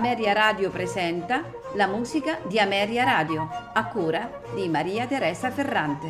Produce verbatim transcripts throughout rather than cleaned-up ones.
Ameria Radio presenta la musica di Ameria Radio, a cura di Maria Teresa Ferrante.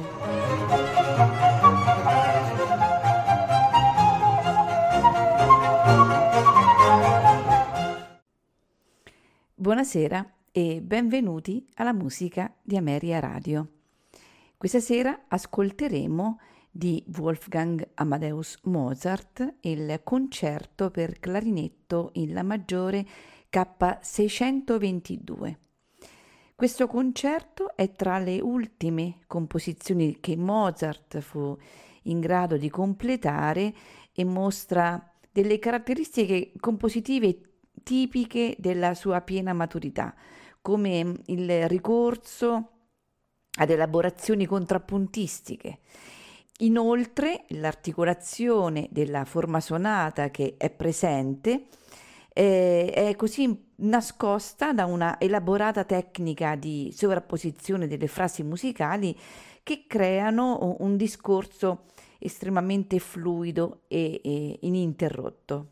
Buonasera e benvenuti alla musica di Ameria Radio. Questa sera ascolteremo di Wolfgang Amadeus Mozart il concerto per clarinetto in La maggiore K seicentoventidue. Questo concerto è tra le ultime composizioni che Mozart fu in grado di completare e mostra delle caratteristiche compositive tipiche della sua piena maturità, come il ricorso ad elaborazioni contrappuntistiche. Inoltre, l'articolazione della forma sonata che è presente eh, è così nascosta da una elaborata tecnica di sovrapposizione delle frasi musicali che creano un discorso estremamente fluido e, e ininterrotto.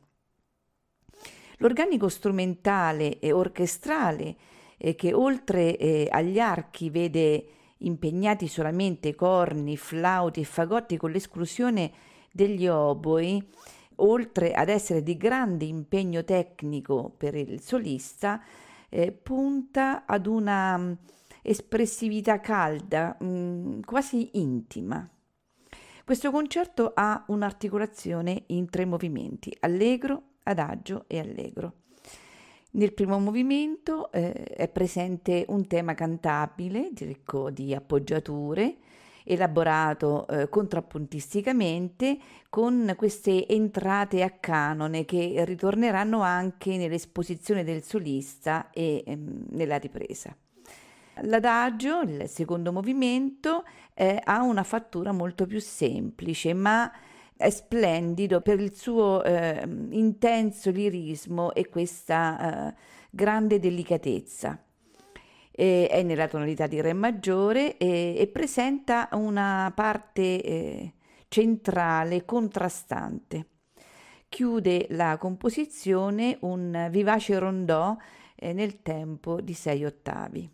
L'organico strumentale e orchestrale eh, che oltre eh, agli archi vede impegnati solamente corni, flauti e fagotti con l'esclusione degli oboi, oltre ad essere di grande impegno tecnico per il solista, eh, punta ad una mh, espressività calda, mh, quasi intima. Questo concerto ha un'articolazione in tre movimenti: allegro, adagio e allegro. Nel primo movimento eh, è presente un tema cantabile, ricco di appoggiature, elaborato eh, contrappuntisticamente, con queste entrate a canone che ritorneranno anche nell'esposizione del solista e ehm, nella ripresa. L'adagio, il secondo movimento, eh, ha una fattura molto più semplice, ma è splendido per il suo eh, intenso lirismo e questa eh, grande delicatezza. E è nella tonalità di Re maggiore e, e presenta una parte eh, centrale contrastante. Chiude la composizione un vivace rondò eh, nel tempo di sei ottavi.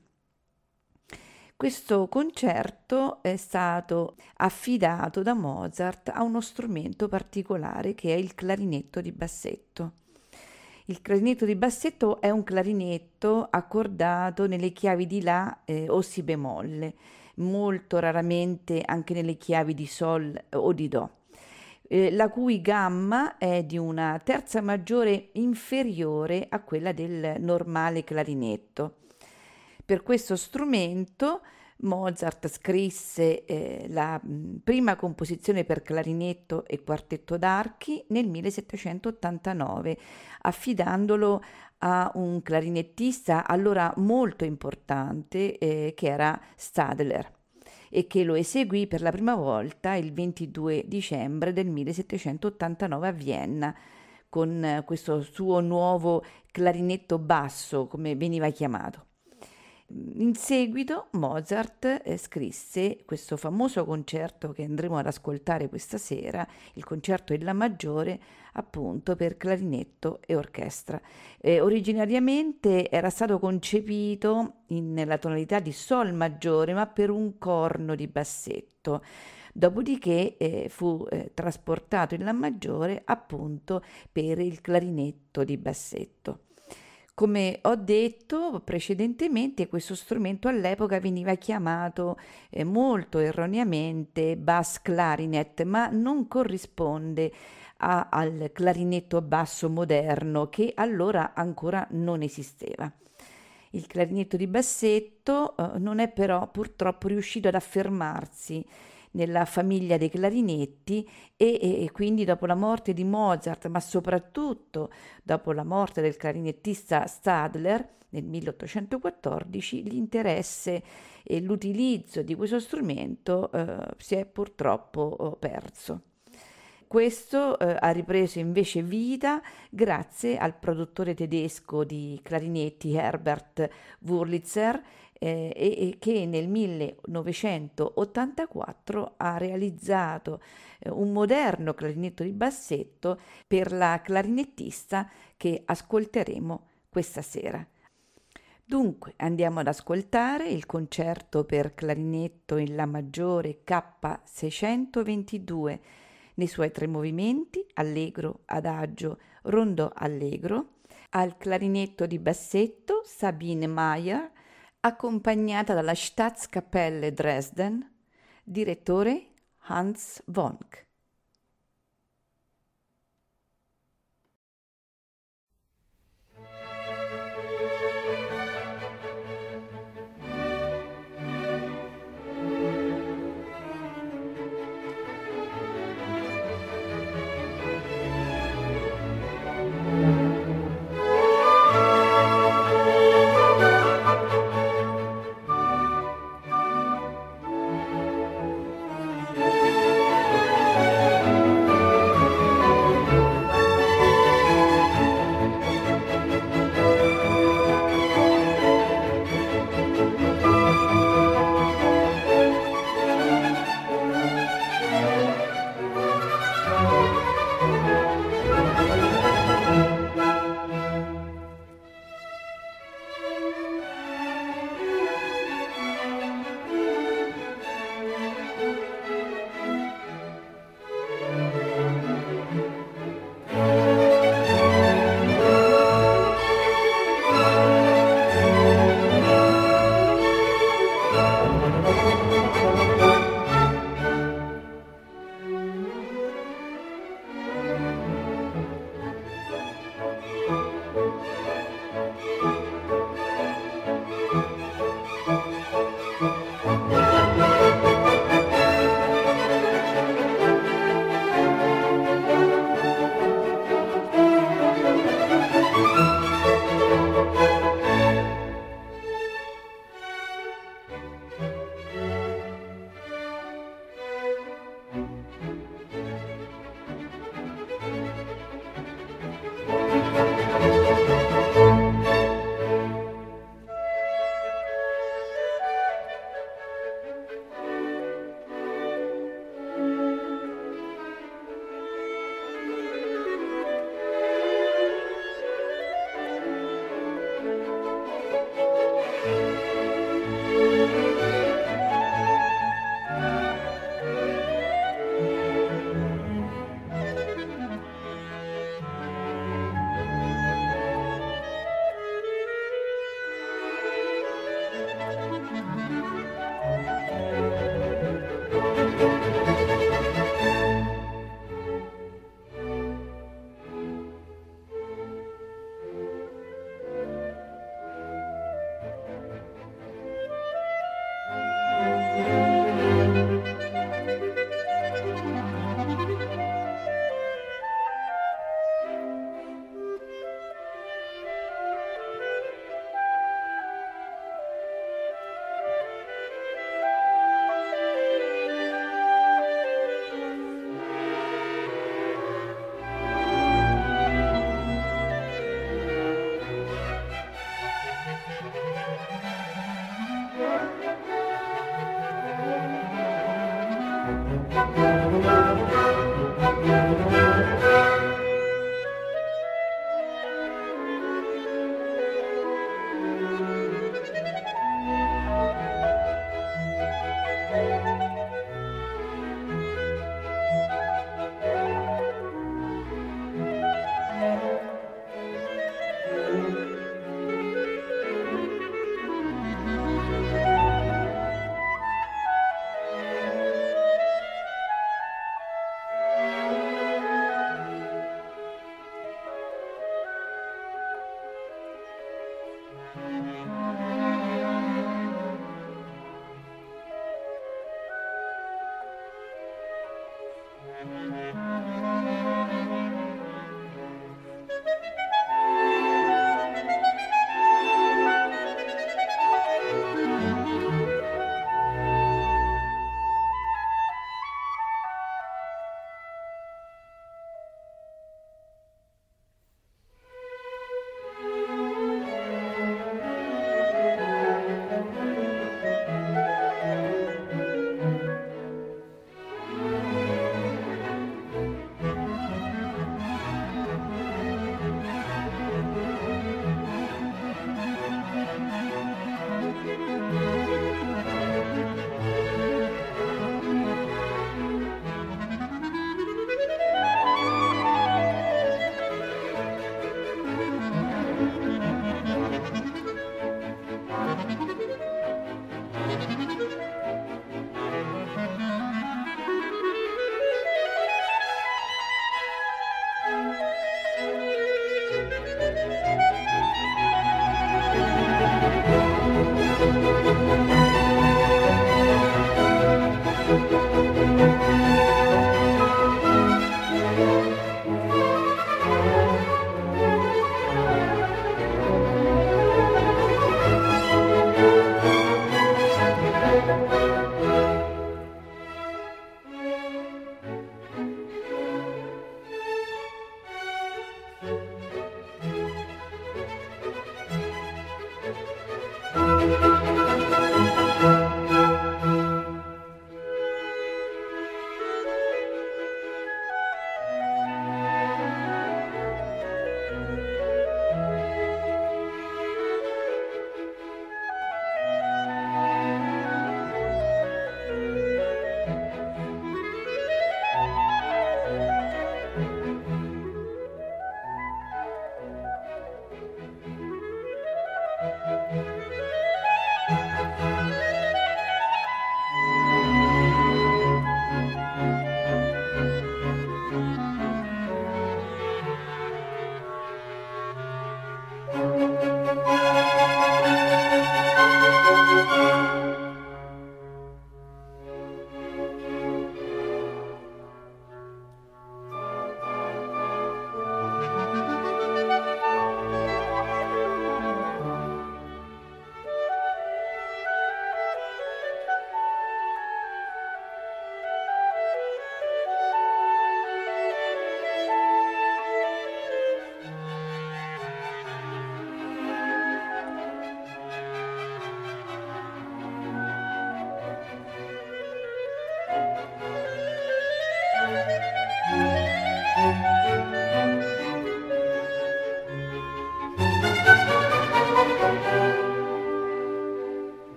Questo concerto è stato affidato da Mozart a uno strumento particolare che è il clarinetto di bassetto. Il clarinetto di bassetto è un clarinetto accordato nelle chiavi di La eh, o Si bemolle, molto raramente anche nelle chiavi di Sol o di Do, eh, la cui gamma è di una terza maggiore inferiore a quella del normale clarinetto. Per questo strumento Mozart scrisse eh, la mh, prima composizione per clarinetto e quartetto d'archi nel millesettecentottantanove, affidandolo a un clarinettista allora molto importante eh, che era Stadler, e che lo eseguì per la prima volta il ventidue dicembre del millesettecentottantanove a Vienna con eh, questo suo nuovo clarinetto basso, come veniva chiamato. In seguito Mozart eh, scrisse questo famoso concerto che andremo ad ascoltare questa sera, il concerto in La maggiore, appunto per clarinetto e orchestra. Eh, originariamente era stato concepito in, nella tonalità di Sol maggiore, ma per un corno di bassetto. Dopodiché eh, fu eh, trasportato in La maggiore appunto per il clarinetto di bassetto. Come ho detto precedentemente, questo strumento all'epoca veniva chiamato eh, molto erroneamente bass clarinet, ma non corrisponde a, al clarinetto a basso moderno che allora ancora non esisteva. Il clarinetto di bassetto eh, non è però purtroppo riuscito ad affermarsi nella famiglia dei clarinetti e, e, e quindi dopo la morte di Mozart, ma soprattutto dopo la morte del clarinettista Stadler nel milleottocentoquattordici, l'interesse e l'utilizzo di questo strumento eh, si è purtroppo eh, perso. Questo eh, ha ripreso invece vita grazie al produttore tedesco di clarinetti Herbert Wurlitzer, eh, e, e che nel millenovecentottantaquattro ha realizzato eh, un moderno clarinetto di bassetto per la clarinettista che ascolteremo questa sera. Dunque andiamo ad ascoltare il concerto per clarinetto in La maggiore K seicentoventidue nei suoi tre movimenti, allegro, adagio, rondò allegro, al clarinetto di bassetto Sabine Mayer, accompagnata dalla Staatskapelle Dresden, direttore Hans Wonk.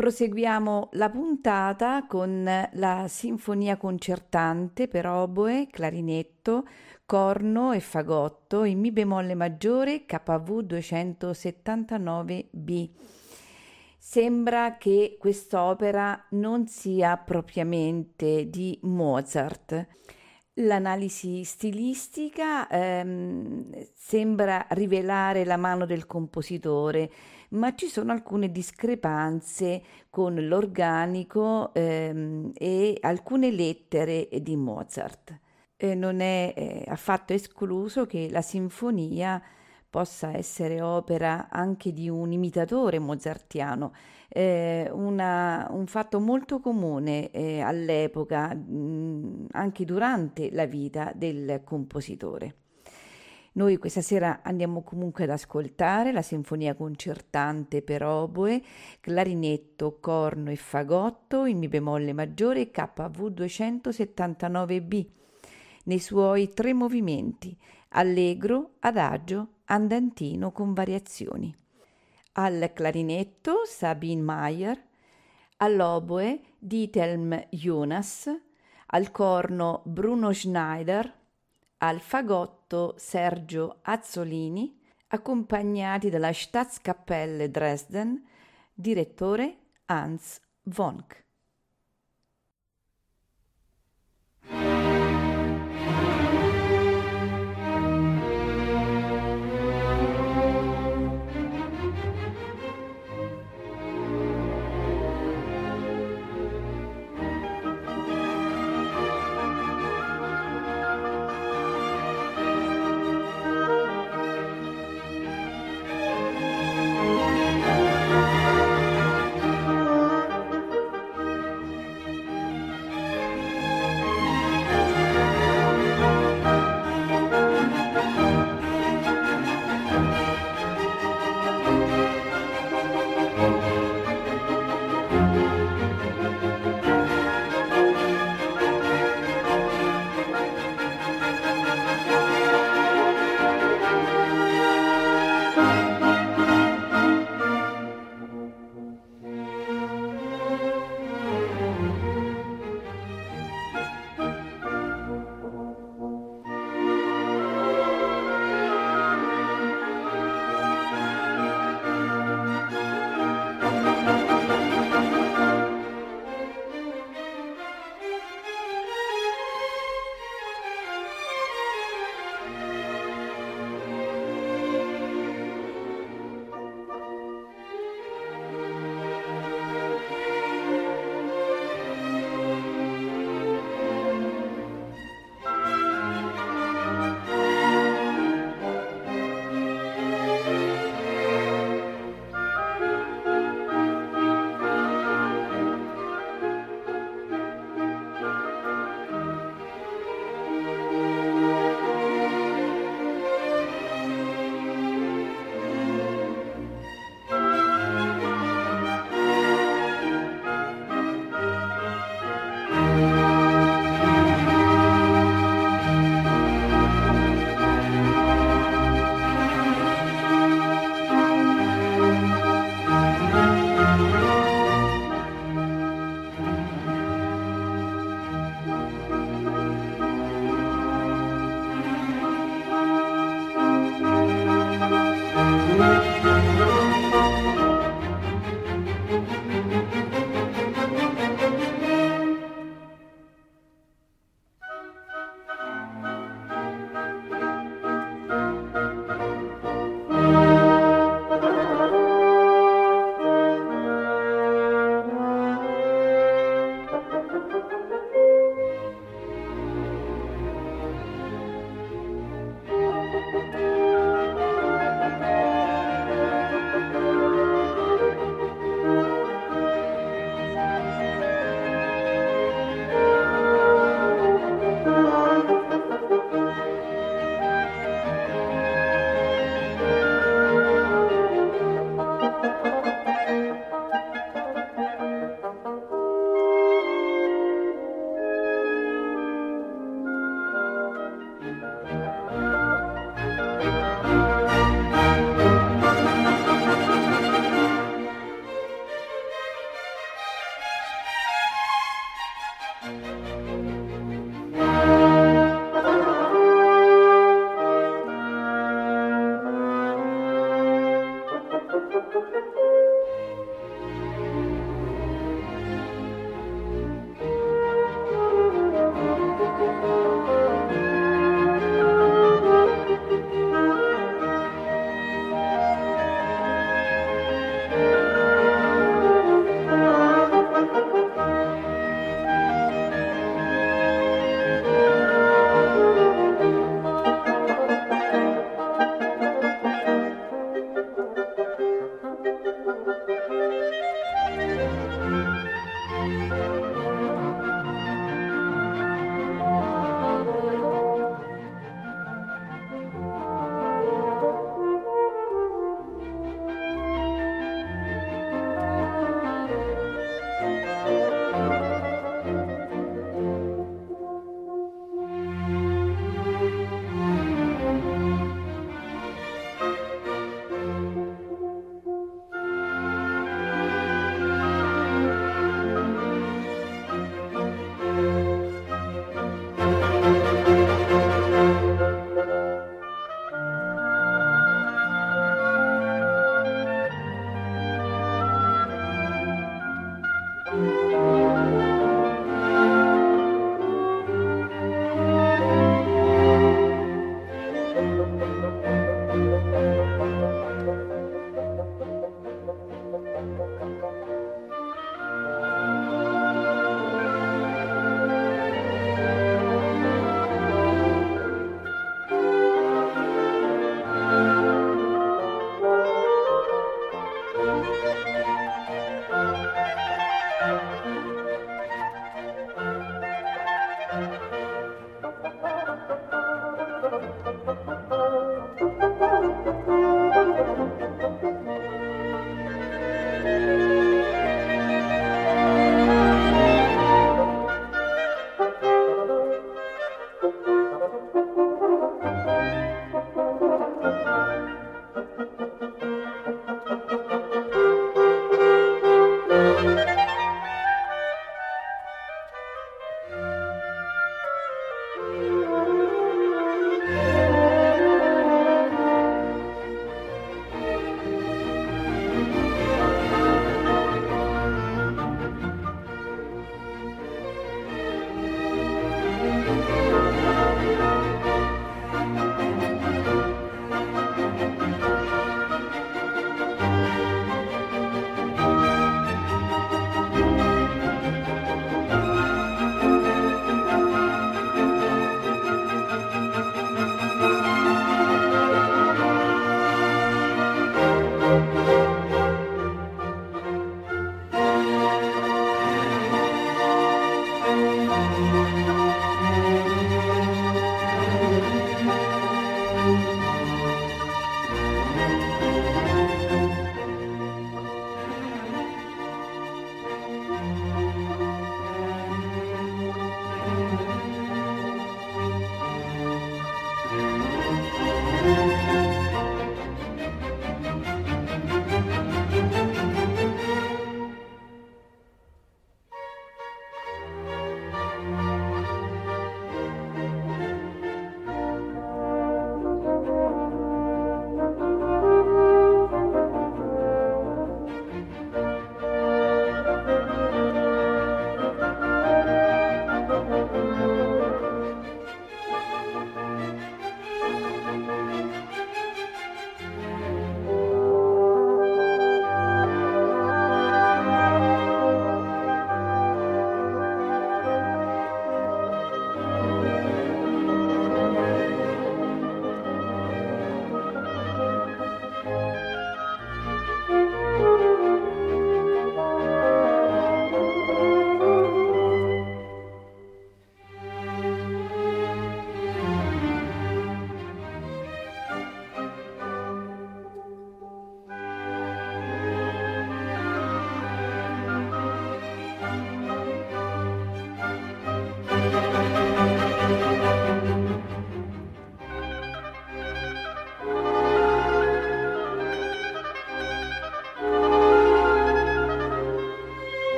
Proseguiamo la puntata con la sinfonia concertante per oboe, clarinetto, corno e fagotto in Mi bemolle maggiore K V duecentosettantanove B. Sembra che quest'opera non sia propriamente di Mozart. L'analisi stilistica ehm, sembra rivelare la mano del compositore, ma ci sono alcune discrepanze con l'organico ehm, e alcune lettere di Mozart. Eh, non è eh, affatto escluso che la sinfonia possa essere opera anche di un imitatore mozartiano, eh, una- un fatto molto comune eh, all'epoca, mh, anche durante la vita del compositore. Noi questa sera andiamo comunque ad ascoltare la sinfonia concertante per oboe, clarinetto, corno e fagotto in Mi bemolle maggiore K V duecentosettantanove B, nei suoi tre movimenti, allegro, adagio, andantino con variazioni. Al clarinetto Sabine Meyer, all'oboe Diethelm Jonas, al corno Bruno Schneider, al fagotto Sergio Azzolini, accompagnati dalla Staatskapelle Dresden, direttore Hans Vonk.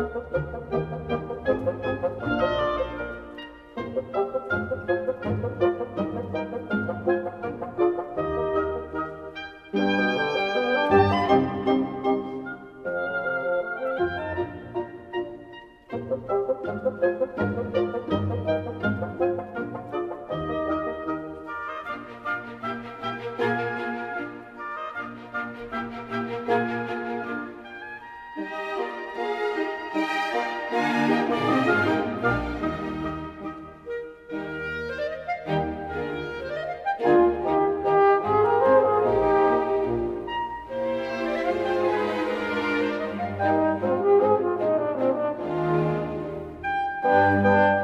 Música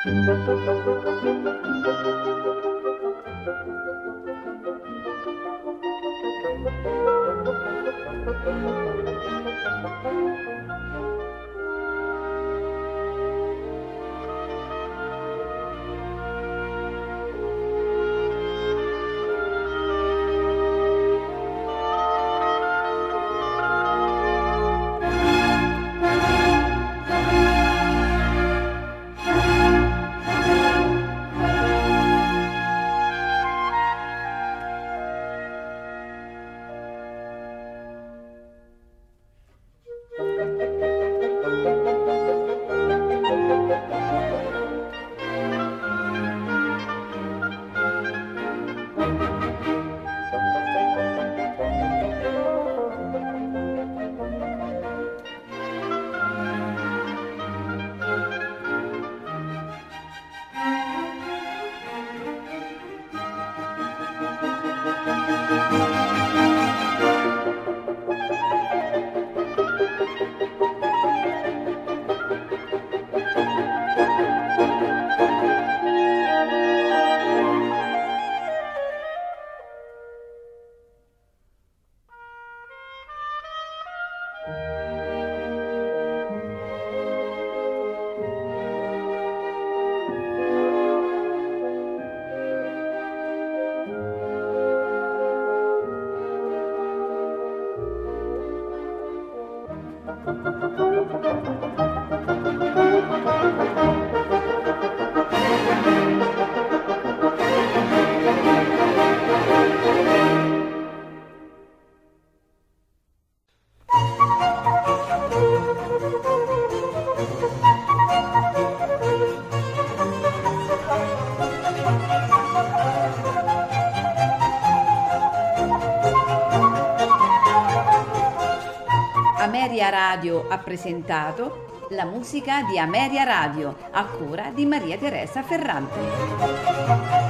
Ameria Radio ha presentato la musica di Ameria Radio a cura di Maria Teresa Ferrante.